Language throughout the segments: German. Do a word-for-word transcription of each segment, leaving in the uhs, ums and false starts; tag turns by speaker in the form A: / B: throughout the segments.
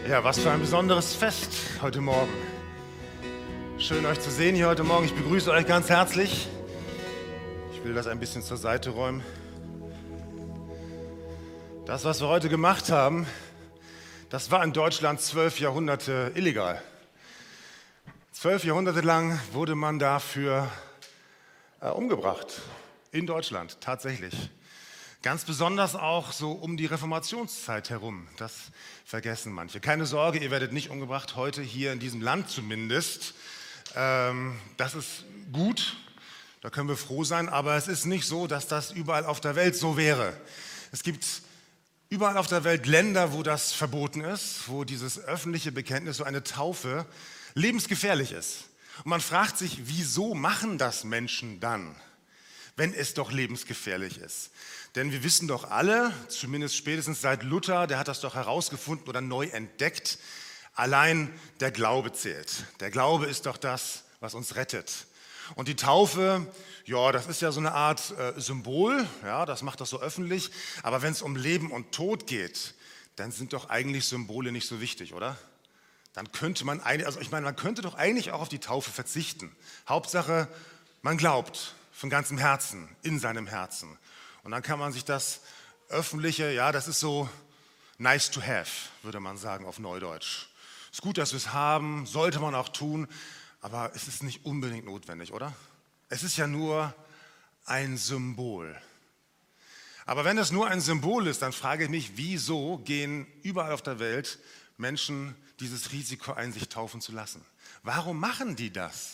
A: Ja, was für ein besonderes Fest heute Morgen. Schön, euch zu sehen hier heute Morgen. Ich begrüße euch ganz herzlich. Ich will das ein bisschen zur Seite räumen. Das, was wir heute gemacht haben, das war in Deutschland zwölf Jahrhunderte illegal. Zwölf Jahrhunderte lang wurde man dafür äh, umgebracht. In Deutschland, tatsächlich. Ganz besonders auch so um die Reformationszeit herum. Das vergessen manche. Keine Sorge, ihr werdet nicht umgebracht, heute hier in diesem Land zumindest. Ähm, das ist gut, da können wir froh sein, aber es ist nicht so, dass das überall auf der Welt so wäre. Es gibt überall auf der Welt Länder, wo das verboten ist, wo dieses öffentliche Bekenntnis, so eine Taufe, lebensgefährlich ist. Und man fragt sich, wieso machen das Menschen dann, wenn es doch lebensgefährlich ist? Denn wir wissen doch alle, zumindest spätestens seit Luther, der hat das doch herausgefunden oder neu entdeckt, allein der Glaube zählt. Der Glaube ist doch das, was uns rettet. Und die Taufe, ja, das ist ja so eine Art äh, Symbol, ja, das macht das so öffentlich. Aber wenn es um Leben und Tod geht, dann sind doch eigentlich Symbole nicht so wichtig, oder? Dann könnte man, eigentlich, also ich meine, man könnte doch eigentlich auch auf die Taufe verzichten. Hauptsache, man glaubt von ganzem Herzen, in seinem Herzen. Und dann kann man sich das Öffentliche, ja, das ist so nice to have, würde man sagen auf Neudeutsch. Ist gut, dass wir es haben, sollte man auch tun, aber es ist nicht unbedingt notwendig, oder? Es ist ja nur ein Symbol. Aber wenn es nur ein Symbol ist, dann frage ich mich, wieso gehen überall auf der Welt Menschen dieses Risiko ein, sich taufen zu lassen? Warum machen die das?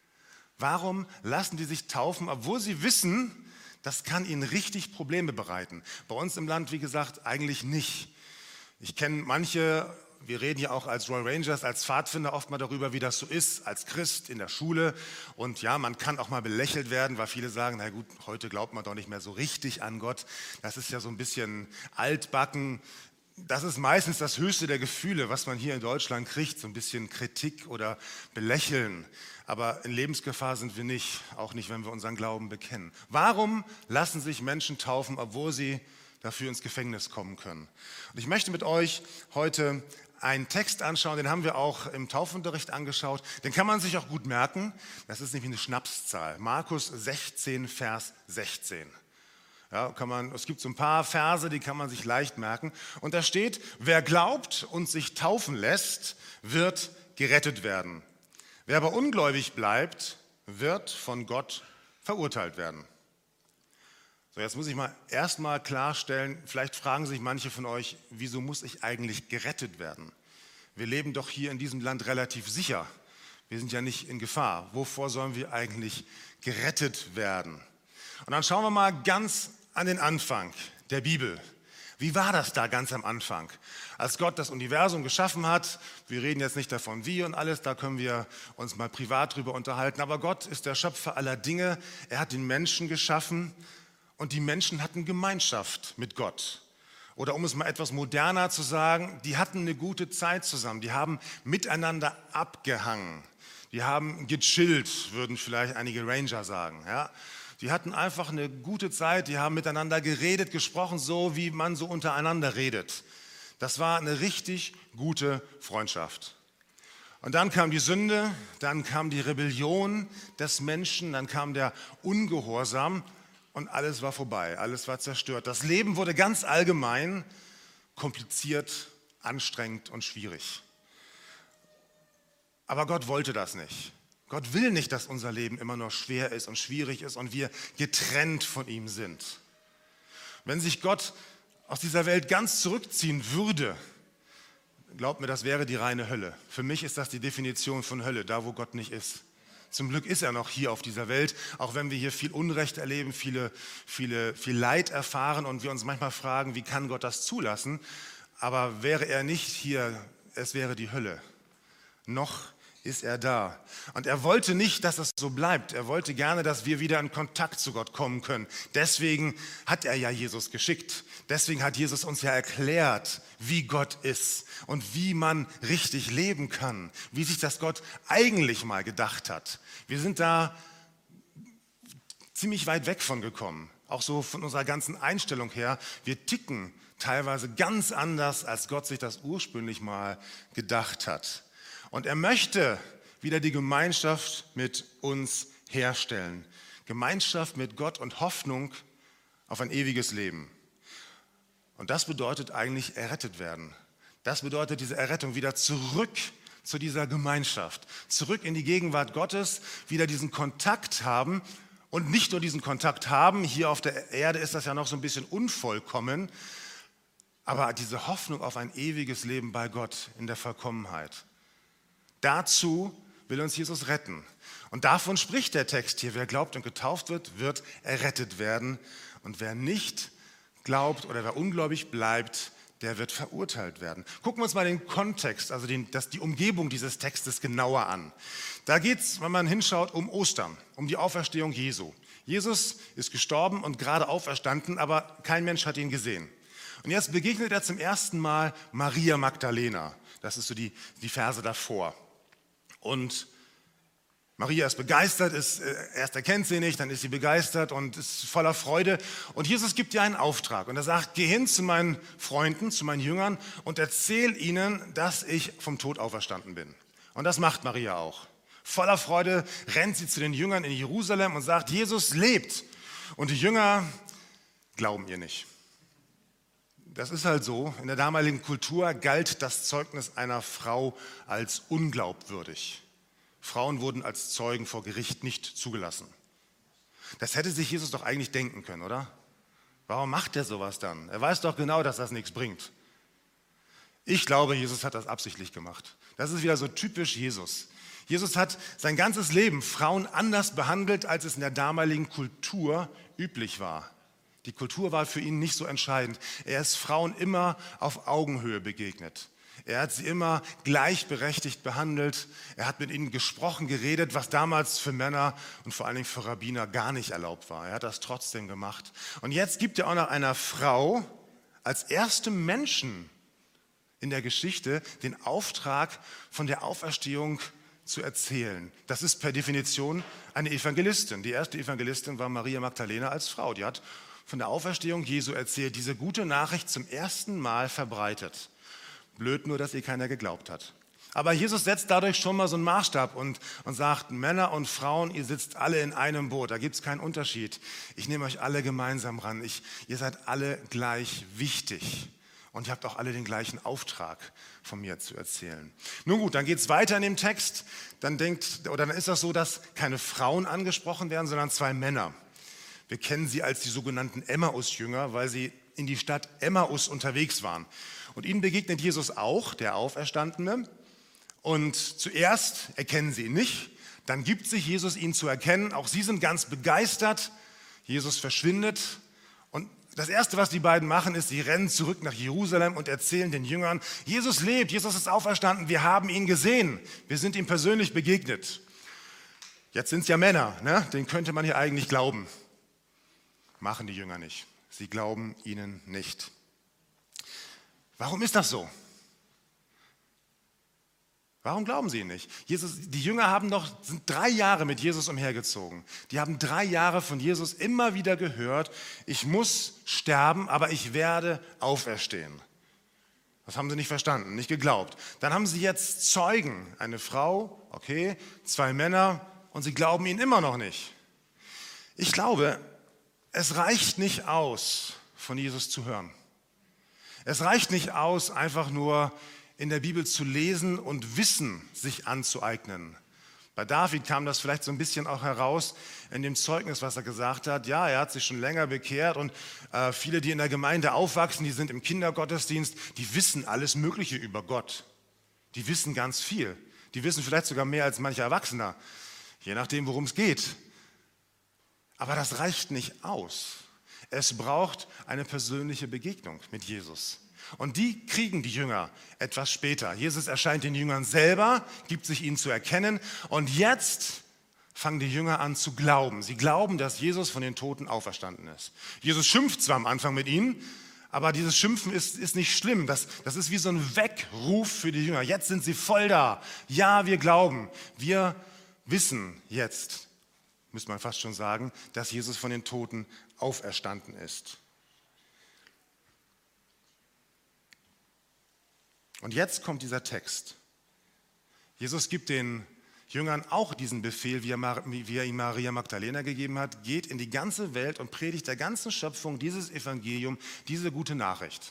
A: Warum lassen die sich taufen, obwohl sie wissen, das kann ihnen richtig Probleme bereiten. Bei uns im Land, wie gesagt, eigentlich nicht. Ich kenne manche, wir reden ja auch als Royal Rangers, als Pfadfinder oft mal darüber, wie das so ist, als Christ in der Schule. Und ja, man kann auch mal belächelt werden, weil viele sagen, na gut, heute glaubt man doch nicht mehr so richtig an Gott. Das ist ja so ein bisschen altbacken. Das ist meistens das höchste der Gefühle, was man hier in Deutschland kriegt, so ein bisschen Kritik oder Belächeln. Aber in Lebensgefahr sind wir nicht, auch nicht, wenn wir unseren Glauben bekennen. Warum lassen sich Menschen taufen, obwohl sie dafür ins Gefängnis kommen können? Und ich möchte mit euch heute einen Text anschauen, den haben wir auch im Taufunterricht angeschaut. Den kann man sich auch gut merken. Das ist nämlich eine Schnapszahl. Markus sechzehn, Vers sechzehn. Ja, kann man, es gibt so ein paar Verse, die kann man sich leicht merken. Und da steht, wer glaubt und sich taufen lässt, wird gerettet werden. Wer aber ungläubig bleibt, wird von Gott verurteilt werden. So, jetzt muss ich mal erstmal klarstellen, vielleicht fragen sich manche von euch, wieso muss ich eigentlich gerettet werden? Wir leben doch hier in diesem Land relativ sicher. Wir sind ja nicht in Gefahr. Wovor sollen wir eigentlich gerettet werden? Und dann schauen wir mal ganz an den Anfang der Bibel. Wie war das da ganz am Anfang? Als Gott das Universum geschaffen hat, wir reden jetzt nicht davon wie und alles, da können wir uns mal privat drüber unterhalten, aber Gott ist der Schöpfer aller Dinge, er hat den Menschen geschaffen und die Menschen hatten Gemeinschaft mit Gott. Oder um es mal etwas moderner zu sagen, die hatten eine gute Zeit zusammen, die haben miteinander abgehangen, die haben gechillt, würden vielleicht einige Ranger sagen, ja. Die hatten einfach eine gute Zeit, die haben miteinander geredet, gesprochen, so wie man so untereinander redet. Das war eine richtig gute Freundschaft. Und dann kam die Sünde, dann kam die Rebellion des Menschen, dann kam der Ungehorsam und alles war vorbei, alles war zerstört. Das Leben wurde ganz allgemein kompliziert, anstrengend und schwierig. Aber Gott wollte das nicht. Gott will nicht, dass unser Leben immer nur schwer ist und schwierig ist und wir getrennt von ihm sind. Wenn sich Gott aus dieser Welt ganz zurückziehen würde, glaubt mir, das wäre die reine Hölle. Für mich ist das die Definition von Hölle, da wo Gott nicht ist. Zum Glück ist er noch hier auf dieser Welt, auch wenn wir hier viel Unrecht erleben, viele, viele, viel Leid erfahren und wir uns manchmal fragen, wie kann Gott das zulassen? Aber wäre er nicht hier, es wäre die Hölle. Noch ist er da. Und er wollte nicht, dass es so bleibt. Er wollte gerne, dass wir wieder in Kontakt zu Gott kommen können. Deswegen hat er ja Jesus geschickt. Deswegen hat Jesus uns ja erklärt, wie Gott ist und wie man richtig leben kann, wie sich das Gott eigentlich mal gedacht hat. Wir sind da ziemlich weit weg von gekommen, auch so von unserer ganzen Einstellung her. Wir ticken teilweise ganz anders, als Gott sich das ursprünglich mal gedacht hat. Und er möchte wieder die Gemeinschaft mit uns herstellen. Gemeinschaft mit Gott und Hoffnung auf ein ewiges Leben. Und das bedeutet eigentlich errettet werden. Das bedeutet diese Errettung, wieder zurück zu dieser Gemeinschaft, zurück in die Gegenwart Gottes, wieder diesen Kontakt haben und nicht nur diesen Kontakt haben, hier auf der Erde ist das ja noch so ein bisschen unvollkommen, aber diese Hoffnung auf ein ewiges Leben bei Gott in der Vollkommenheit. Dazu will uns Jesus retten. Und davon spricht der Text hier. Wer glaubt und getauft wird, wird errettet werden. Und wer nicht glaubt oder wer ungläubig bleibt, der wird verurteilt werden. Gucken wir uns mal den Kontext, also den, das, die Umgebung dieses Textes genauer an. Da geht es, wenn man hinschaut, um Ostern, um die Auferstehung Jesu. Jesus ist gestorben und gerade auferstanden, aber kein Mensch hat ihn gesehen. Und jetzt begegnet er zum ersten Mal Maria Magdalena. Das ist so die, die Verse davor. Und Maria ist begeistert, ist, erst erkennt sie nicht, dann ist sie begeistert und ist voller Freude. Und Jesus gibt ihr einen Auftrag und er sagt, geh hin zu meinen Freunden, zu meinen Jüngern und erzähl ihnen, dass ich vom Tod auferstanden bin. Und das macht Maria auch. Voller Freude rennt sie zu den Jüngern in Jerusalem und sagt, Jesus lebt. Und die Jünger glauben ihr nicht. Das ist halt so, in der damaligen Kultur galt das Zeugnis einer Frau als unglaubwürdig. Frauen wurden als Zeugen vor Gericht nicht zugelassen. Das hätte sich Jesus doch eigentlich denken können, oder? Warum macht er sowas dann? Er weiß doch genau, dass das nichts bringt. Ich glaube, Jesus hat das absichtlich gemacht. Das ist wieder so typisch Jesus. Jesus hat sein ganzes Leben Frauen anders behandelt, als es in der damaligen Kultur üblich war. Die Kultur war für ihn nicht so entscheidend. Er ist Frauen immer auf Augenhöhe begegnet. Er hat sie immer gleichberechtigt behandelt. Er hat mit ihnen gesprochen, geredet, was damals für Männer und vor allen Dingen für Rabbiner gar nicht erlaubt war. Er hat das trotzdem gemacht. Und jetzt gibt er auch noch einer Frau als erstem Menschen in der Geschichte den Auftrag, von der Auferstehung zu erzählen. Das ist per Definition eine Evangelistin. Die erste Evangelistin war Maria Magdalena als Frau. Die hat von der Auferstehung Jesu erzählt, diese gute Nachricht zum ersten Mal verbreitet. Blöd nur, dass ihr keiner geglaubt hat. Aber Jesus setzt dadurch schon mal so einen Maßstab und, und sagt, Männer und Frauen, ihr sitzt alle in einem Boot, da gibt es keinen Unterschied. Ich nehme euch alle gemeinsam ran. Ich, ihr seid alle gleich wichtig. Und ihr habt auch alle den gleichen Auftrag von mir zu erzählen. Nun gut, dann geht es weiter in dem Text. Dann, denkt, oder dann ist das so, dass keine Frauen angesprochen werden, sondern zwei Männer. Wir kennen sie als die sogenannten Emmaus-Jünger, weil sie in die Stadt Emmaus unterwegs waren. Und ihnen begegnet Jesus auch, der Auferstandene. Und zuerst erkennen sie ihn nicht, dann gibt sich Jesus ihnen zu erkennen. Auch sie sind ganz begeistert. Jesus verschwindet. Und das Erste, was die beiden machen, ist, sie rennen zurück nach Jerusalem und erzählen den Jüngern, Jesus lebt, Jesus ist auferstanden, wir haben ihn gesehen. Wir sind ihm persönlich begegnet. Jetzt sind es ja Männer, ne? Denen könnte man hier eigentlich glauben. Machen die Jünger nicht. Sie glauben ihnen nicht. Warum ist das so? Warum glauben sie ihn nicht? Jesus, die Jünger haben doch, sind drei Jahre mit Jesus umhergezogen. Die haben drei Jahre von Jesus immer wieder gehört, ich muss sterben, aber ich werde auferstehen. Das haben sie nicht verstanden, nicht geglaubt. Dann haben sie jetzt Zeugen, eine Frau, okay, zwei Männer und sie glauben ihn immer noch nicht. Ich glaube, es reicht nicht aus, von Jesus zu hören. Es reicht nicht aus, einfach nur in der Bibel zu lesen und Wissen sich anzueignen. Bei David kam das vielleicht so ein bisschen auch heraus in dem Zeugnis, was er gesagt hat. Ja, er hat sich schon länger bekehrt und äh, viele, die in der Gemeinde aufwachsen, die sind im Kindergottesdienst, die wissen alles Mögliche über Gott. Die wissen ganz viel. Die wissen vielleicht sogar mehr als manche Erwachsener, je nachdem, worum es geht. Aber das reicht nicht aus. Es braucht eine persönliche Begegnung mit Jesus. Und die kriegen die Jünger etwas später. Jesus erscheint den Jüngern selber, gibt sich ihnen zu erkennen. Und jetzt fangen die Jünger an zu glauben. Sie glauben, dass Jesus von den Toten auferstanden ist. Jesus schimpft zwar am Anfang mit ihnen, aber dieses Schimpfen ist, ist nicht schlimm. Das, das ist wie so ein Weckruf für die Jünger. Jetzt sind sie voll da. Ja, wir glauben. Wir wissen jetzt, müsste man fast schon sagen, dass Jesus von den Toten auferstanden ist. Und jetzt kommt dieser Text. Jesus gibt den Jüngern auch diesen Befehl, wie er, wie er ihm Maria Magdalena gegeben hat: Geht in die ganze Welt und predigt der ganzen Schöpfung dieses Evangelium, diese gute Nachricht.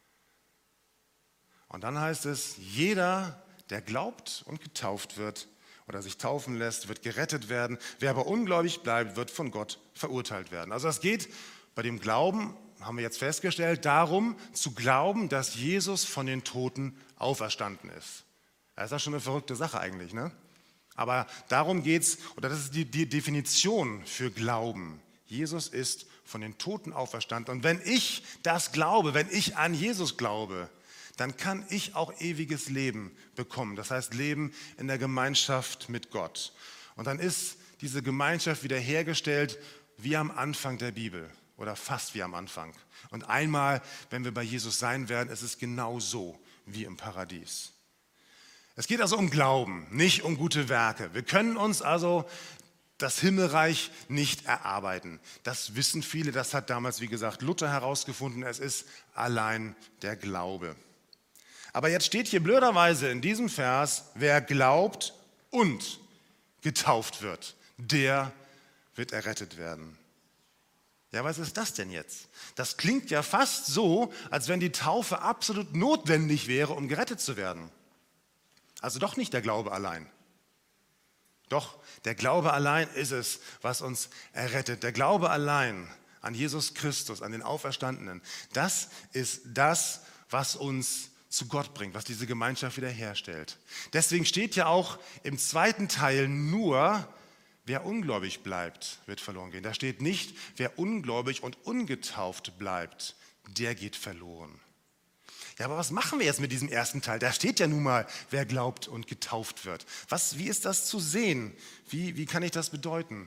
A: Und dann heißt es, jeder, der glaubt und getauft wird oder sich taufen lässt, wird gerettet werden. Wer aber ungläubig bleibt, wird von Gott verurteilt werden. Also es geht bei dem Glauben, haben wir jetzt festgestellt, darum zu glauben, dass Jesus von den Toten auferstanden ist. Das ist ja schon eine verrückte Sache eigentlich, ne? Aber darum geht es, oder das ist die, die Definition für Glauben. Jesus ist von den Toten auferstanden. Und wenn ich das glaube, wenn ich an Jesus glaube, dann kann ich auch ewiges Leben bekommen. Das heißt, Leben in der Gemeinschaft mit Gott. Und dann ist diese Gemeinschaft wiederhergestellt wie am Anfang der Bibel oder fast wie am Anfang. Und einmal, wenn wir bei Jesus sein werden, ist es genau so wie im Paradies. Es geht also um Glauben, nicht um gute Werke. Wir können uns also das Himmelreich nicht erarbeiten. Das wissen viele, das hat damals, wie gesagt, Luther herausgefunden. Es ist allein der Glaube. Aber jetzt steht hier blöderweise in diesem Vers, wer glaubt und getauft wird, der wird errettet werden. Ja, was ist das denn jetzt? Das klingt ja fast so, als wenn die Taufe absolut notwendig wäre, um gerettet zu werden. Also doch nicht der Glaube allein. Doch, der Glaube allein ist es, was uns errettet. Der Glaube allein an Jesus Christus, an den Auferstandenen, das ist das, was uns zu Gott bringt, was diese Gemeinschaft wiederherstellt. Deswegen steht ja auch im zweiten Teil nur, wer ungläubig bleibt, wird verloren gehen. Da steht nicht, wer ungläubig und ungetauft bleibt, der geht verloren. Ja, aber was machen wir jetzt mit diesem ersten Teil? Da steht ja nun mal, wer glaubt und getauft wird. Was, wie ist das zu sehen? Wie, wie kann ich das bedeuten?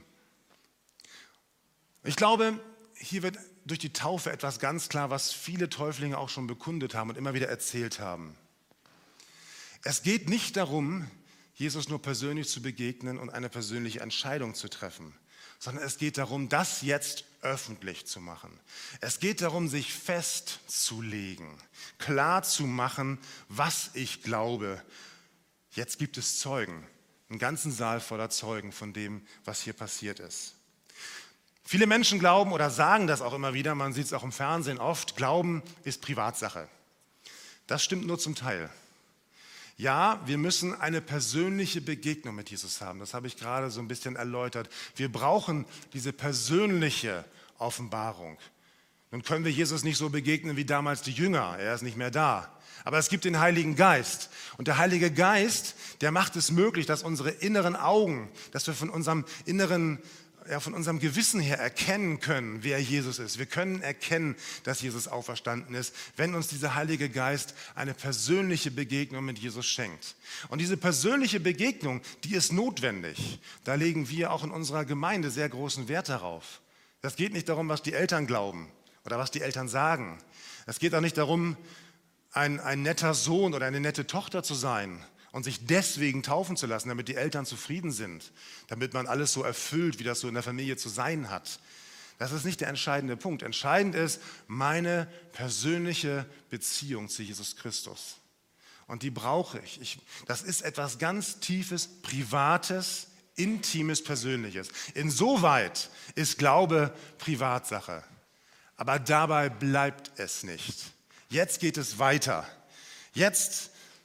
A: Ich glaube, hier wird durch die Taufe etwas ganz klar, was viele Täuflinge auch schon bekundet haben und immer wieder erzählt haben. Es geht nicht darum, Jesus nur persönlich zu begegnen und eine persönliche Entscheidung zu treffen, sondern es geht darum, das jetzt öffentlich zu machen. Es geht darum, sich festzulegen, klar zu machen, was ich glaube. Jetzt gibt es Zeugen, einen ganzen Saal voller Zeugen von dem, was hier passiert ist. Viele Menschen glauben oder sagen das auch immer wieder, man sieht es auch im Fernsehen oft, Glauben ist Privatsache. Das stimmt nur zum Teil. Ja, wir müssen eine persönliche Begegnung mit Jesus haben. Das habe ich gerade so ein bisschen erläutert. Wir brauchen diese persönliche Offenbarung. Nun können wir Jesus nicht so begegnen wie damals die Jünger. Er ist nicht mehr da. Aber es gibt den Heiligen Geist. Und der Heilige Geist, der macht es möglich, dass unsere inneren Augen, dass wir von unserem inneren Ja, von unserem Gewissen her erkennen können, wer Jesus ist. Wir können erkennen, dass Jesus auferstanden ist, wenn uns dieser Heilige Geist eine persönliche Begegnung mit Jesus schenkt. Und diese persönliche Begegnung, die ist notwendig. Da legen wir auch in unserer Gemeinde sehr großen Wert darauf. Das geht nicht darum, was die Eltern glauben oder was die Eltern sagen. Es geht auch nicht darum, ein, ein netter Sohn oder eine nette Tochter zu sein und sich deswegen taufen zu lassen, damit die Eltern zufrieden sind, damit man alles so erfüllt, wie das so in der Familie zu sein hat. Das ist nicht der entscheidende Punkt. Entscheidend ist meine persönliche Beziehung zu Jesus Christus. Und die brauche ich. ich. Das ist etwas ganz Tiefes, Privates, Intimes, Persönliches. Insoweit ist Glaube Privatsache. Aber dabei bleibt es nicht. Jetzt geht es weiter. Jetzt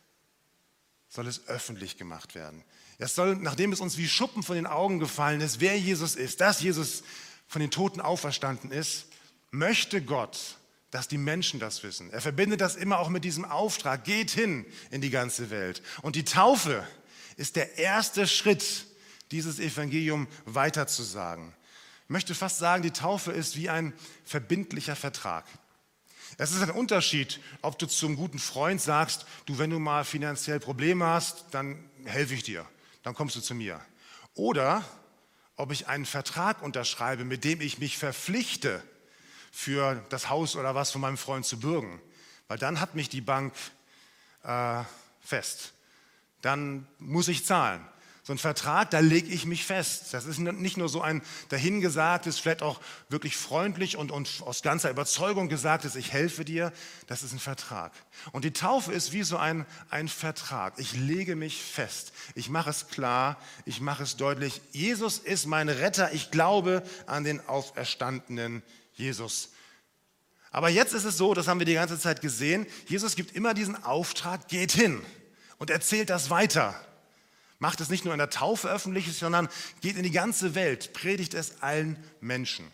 A: soll es öffentlich gemacht werden. Es soll, nachdem es uns wie Schuppen von den Augen gefallen ist, wer Jesus ist, dass Jesus von den Toten auferstanden ist, möchte Gott, dass die Menschen das wissen. Er verbindet das immer auch mit diesem Auftrag, geht hin in die ganze Welt. Und die Taufe ist der erste Schritt, dieses Evangelium weiterzusagen. Ich möchte fast sagen, die Taufe ist wie ein verbindlicher Vertrag. Es ist ein Unterschied, ob du zum guten Freund sagst, du, wenn du mal finanziell Probleme hast, dann helfe ich dir, dann kommst du zu mir. Oder ob ich einen Vertrag unterschreibe, mit dem ich mich verpflichte, für das Haus oder was von meinem Freund zu bürgen. Weil dann hat mich die Bank äh, fest. Dann muss ich zahlen. So ein Vertrag, da lege ich mich fest. Das ist nicht nur so ein dahingesagtes, vielleicht auch wirklich freundlich und, und aus ganzer Überzeugung gesagtes, ich helfe dir. Das ist ein Vertrag. Und die Taufe ist wie so ein, ein Vertrag. Ich lege mich fest. Ich mache es klar, ich mache es deutlich. Jesus ist mein Retter. Ich glaube an den auferstandenen Jesus. Aber jetzt ist es so, das haben wir die ganze Zeit gesehen, Jesus gibt immer diesen Auftrag, geht hin und erzählt das weiter. Macht es nicht nur in der Taufe öffentlich, sondern geht in die ganze Welt, predigt es allen Menschen.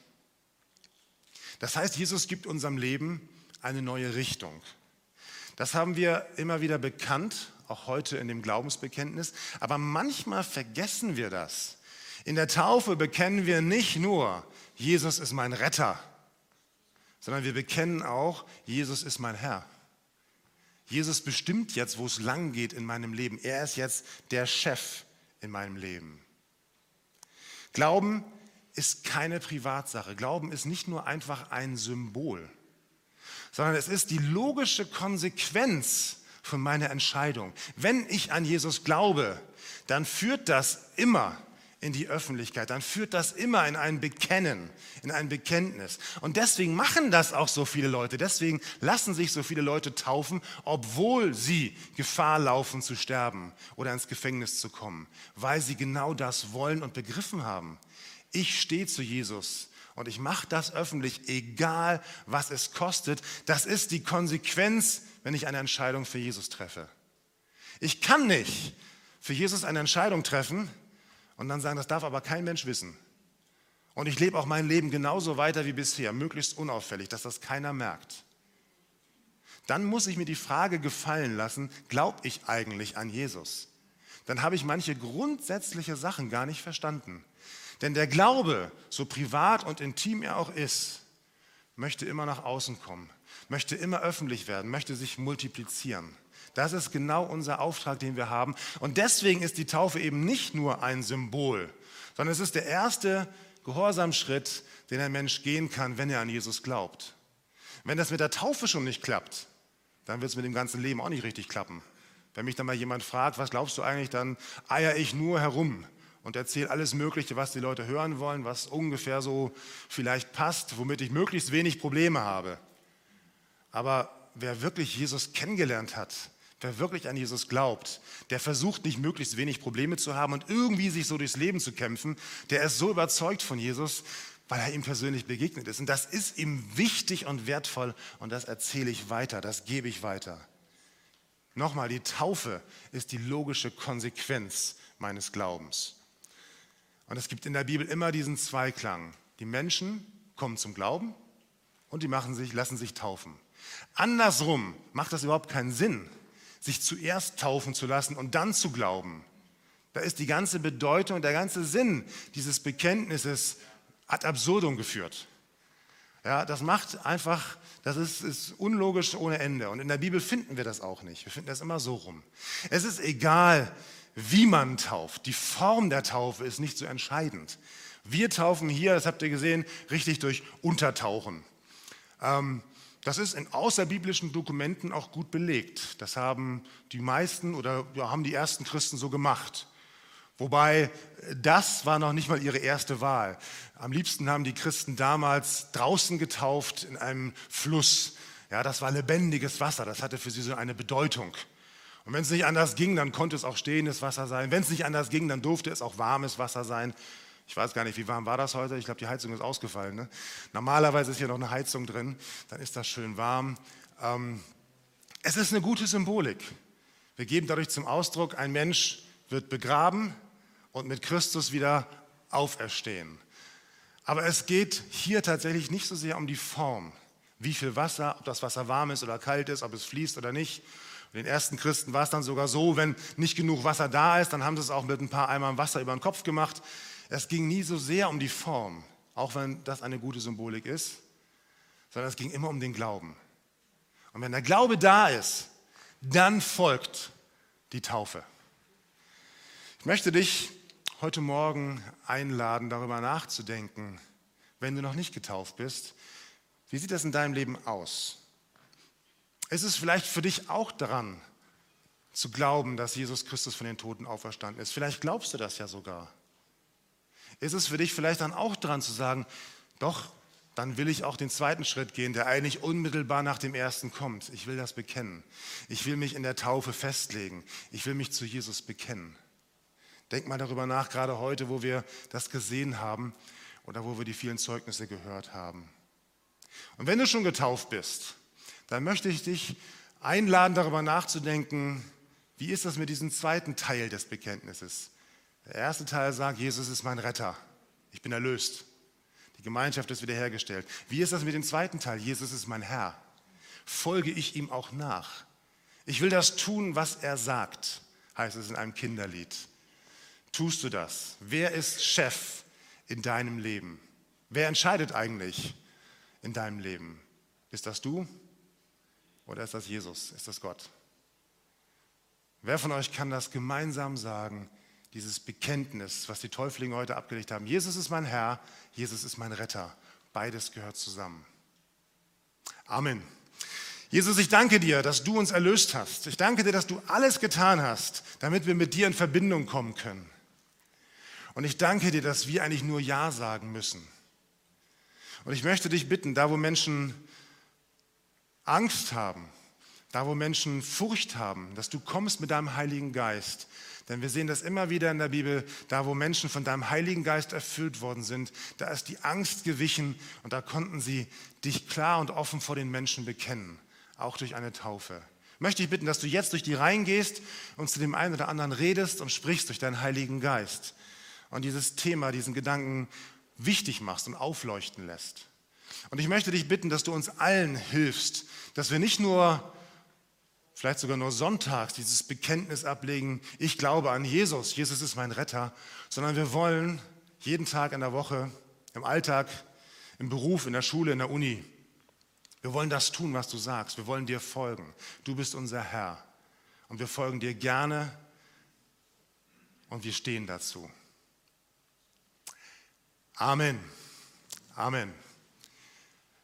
A: Das heißt, Jesus gibt unserem Leben eine neue Richtung. Das haben wir immer wieder bekannt, auch heute in dem Glaubensbekenntnis. Aber manchmal vergessen wir das. In der Taufe bekennen wir nicht nur, Jesus ist mein Retter, sondern wir bekennen auch, Jesus ist mein Herr. Jesus bestimmt jetzt, wo es lang geht in meinem Leben. Er ist jetzt der Chef in meinem Leben. Glauben ist keine Privatsache. Glauben ist nicht nur einfach ein Symbol, sondern es ist die logische Konsequenz von meiner Entscheidung. Wenn ich an Jesus glaube, dann führt das immer in die Öffentlichkeit, dann führt das immer in ein Bekennen, in ein Bekenntnis. Und deswegen machen das auch so viele Leute, deswegen lassen sich so viele Leute taufen, obwohl sie Gefahr laufen zu sterben oder ins Gefängnis zu kommen, weil sie genau das wollen und begriffen haben. Ich stehe zu Jesus und ich mache das öffentlich, egal was es kostet. Das ist die Konsequenz, wenn ich eine Entscheidung für Jesus treffe. Ich kann nicht für Jesus eine Entscheidung treffen und dann sagen, das darf aber kein Mensch wissen. Und ich lebe auch mein Leben genauso weiter wie bisher, möglichst unauffällig, dass das keiner merkt. Dann muss ich mir die Frage gefallen lassen, glaube ich eigentlich an Jesus? Dann habe ich manche grundsätzliche Sachen gar nicht verstanden. Denn der Glaube, so privat und intim er auch ist, möchte immer nach außen kommen, möchte immer öffentlich werden, möchte sich multiplizieren. Das ist genau unser Auftrag, den wir haben. Und deswegen ist die Taufe eben nicht nur ein Symbol, sondern es ist der erste Gehorsamschritt, den ein Mensch gehen kann, wenn er an Jesus glaubt. Wenn das mit der Taufe schon nicht klappt, dann wird es mit dem ganzen Leben auch nicht richtig klappen. Wenn mich dann mal jemand fragt, was glaubst du eigentlich, dann eier ich nur herum und erzähle alles Mögliche, was die Leute hören wollen, was ungefähr so vielleicht passt, womit ich möglichst wenig Probleme habe. Aber wer wirklich Jesus kennengelernt hat, wer wirklich an Jesus glaubt, der versucht nicht möglichst wenig Probleme zu haben und irgendwie sich so durchs Leben zu kämpfen, der ist so überzeugt von Jesus, weil er ihm persönlich begegnet ist. Und das ist ihm wichtig und wertvoll und das erzähle ich weiter, das gebe ich weiter. Nochmal, die Taufe ist die logische Konsequenz meines Glaubens. Und es gibt in der Bibel immer diesen Zweiklang. Die Menschen kommen zum Glauben und die machen sich, lassen sich taufen. Andersrum macht das überhaupt keinen Sinn, sich zuerst taufen zu lassen und dann zu glauben. Da ist die ganze Bedeutung, der ganze Sinn dieses Bekenntnisses ad absurdum geführt. Ja, das macht einfach, das ist, ist unlogisch ohne Ende. Und in der Bibel finden wir das auch nicht. Wir finden das immer so rum. Es ist egal, wie man tauft. Die Form der Taufe ist nicht so entscheidend. Wir taufen hier, das habt ihr gesehen, richtig durch Untertauchen. Ähm, Das ist in außerbiblischen Dokumenten auch gut belegt. Das haben die meisten oder ja, haben die ersten Christen so gemacht. Wobei das war noch nicht mal ihre erste Wahl. Am liebsten haben die Christen damals draußen getauft in einem Fluss. Ja, das war lebendiges Wasser, das hatte für sie so eine Bedeutung. Und wenn es nicht anders ging, dann konnte es auch stehendes Wasser sein. Wenn es nicht anders ging, dann durfte es auch warmes Wasser sein. Ich weiß gar nicht, wie warm war das heute? Ich glaube, die Heizung ist ausgefallen. Ne? Normalerweise ist hier noch eine Heizung drin, dann ist das schön warm. Ähm, es ist eine gute Symbolik. Wir geben dadurch zum Ausdruck, ein Mensch wird begraben und mit Christus wieder auferstehen. Aber es geht hier tatsächlich nicht so sehr um die Form. Wie viel Wasser, ob das Wasser warm ist oder kalt ist, ob es fließt oder nicht. Und den ersten Christen war es dann sogar so, wenn nicht genug Wasser da ist, dann haben sie es auch mit ein paar Eimern Wasser über den Kopf gemacht. Es ging nie so sehr um die Form, auch wenn das eine gute Symbolik ist, sondern es ging immer um den Glauben. Und wenn der Glaube da ist, dann folgt die Taufe. Ich möchte dich heute Morgen einladen, darüber nachzudenken, wenn du noch nicht getauft bist, wie sieht das in deinem Leben aus? Ist es vielleicht für dich auch dran, zu glauben, dass Jesus Christus von den Toten auferstanden ist. Vielleicht glaubst du das ja sogar. Ist es für dich vielleicht dann auch dran zu sagen, doch, dann will ich auch den zweiten Schritt gehen, der eigentlich unmittelbar nach dem ersten kommt. Ich will das bekennen. Ich will mich in der Taufe festlegen. Ich will mich zu Jesus bekennen. Denk mal darüber nach, gerade heute, wo wir das gesehen haben oder wo wir die vielen Zeugnisse gehört haben. Und wenn du schon getauft bist, dann möchte ich dich einladen, darüber nachzudenken, wie ist das mit diesem zweiten Teil des Bekenntnisses? Der erste Teil sagt, Jesus ist mein Retter. Ich bin erlöst. Die Gemeinschaft ist wiederhergestellt. Wie ist das mit dem zweiten Teil? Jesus ist mein Herr. Folge ich ihm auch nach? Ich will das tun, was er sagt, heißt es in einem Kinderlied. Tust du das? Wer ist Chef in deinem Leben? Wer entscheidet eigentlich in deinem Leben? Ist das du oder ist das Jesus? Ist das Gott? Wer von euch kann das gemeinsam sagen, dieses Bekenntnis, was die Täuflinge heute abgelegt haben? Jesus ist mein Herr, Jesus ist mein Retter. Beides gehört zusammen. Amen. Jesus, ich danke dir, dass du uns erlöst hast. Ich danke dir, dass du alles getan hast, damit wir mit dir in Verbindung kommen können. Und ich danke dir, dass wir eigentlich nur Ja sagen müssen. Und ich möchte dich bitten, da wo Menschen Angst haben, da wo Menschen Furcht haben, dass du kommst mit deinem Heiligen Geist. Denn wir sehen das immer wieder in der Bibel, da wo Menschen von deinem Heiligen Geist erfüllt worden sind, da ist die Angst gewichen und da konnten sie dich klar und offen vor den Menschen bekennen, auch durch eine Taufe. Möchte ich bitten, dass du jetzt durch die Reihen gehst und zu dem einen oder anderen redest und sprichst durch deinen Heiligen Geist und dieses Thema, diesen Gedanken wichtig machst und aufleuchten lässt. Und ich möchte dich bitten, dass du uns allen hilfst, dass wir nicht nur, vielleicht sogar nur sonntags, dieses Bekenntnis ablegen, ich glaube an Jesus, Jesus ist mein Retter, sondern wir wollen jeden Tag in der Woche, im Alltag, im Beruf, in der Schule, in der Uni, wir wollen das tun, was du sagst, wir wollen dir folgen. Du bist unser Herr und wir folgen dir gerne und wir stehen dazu. Amen. Amen.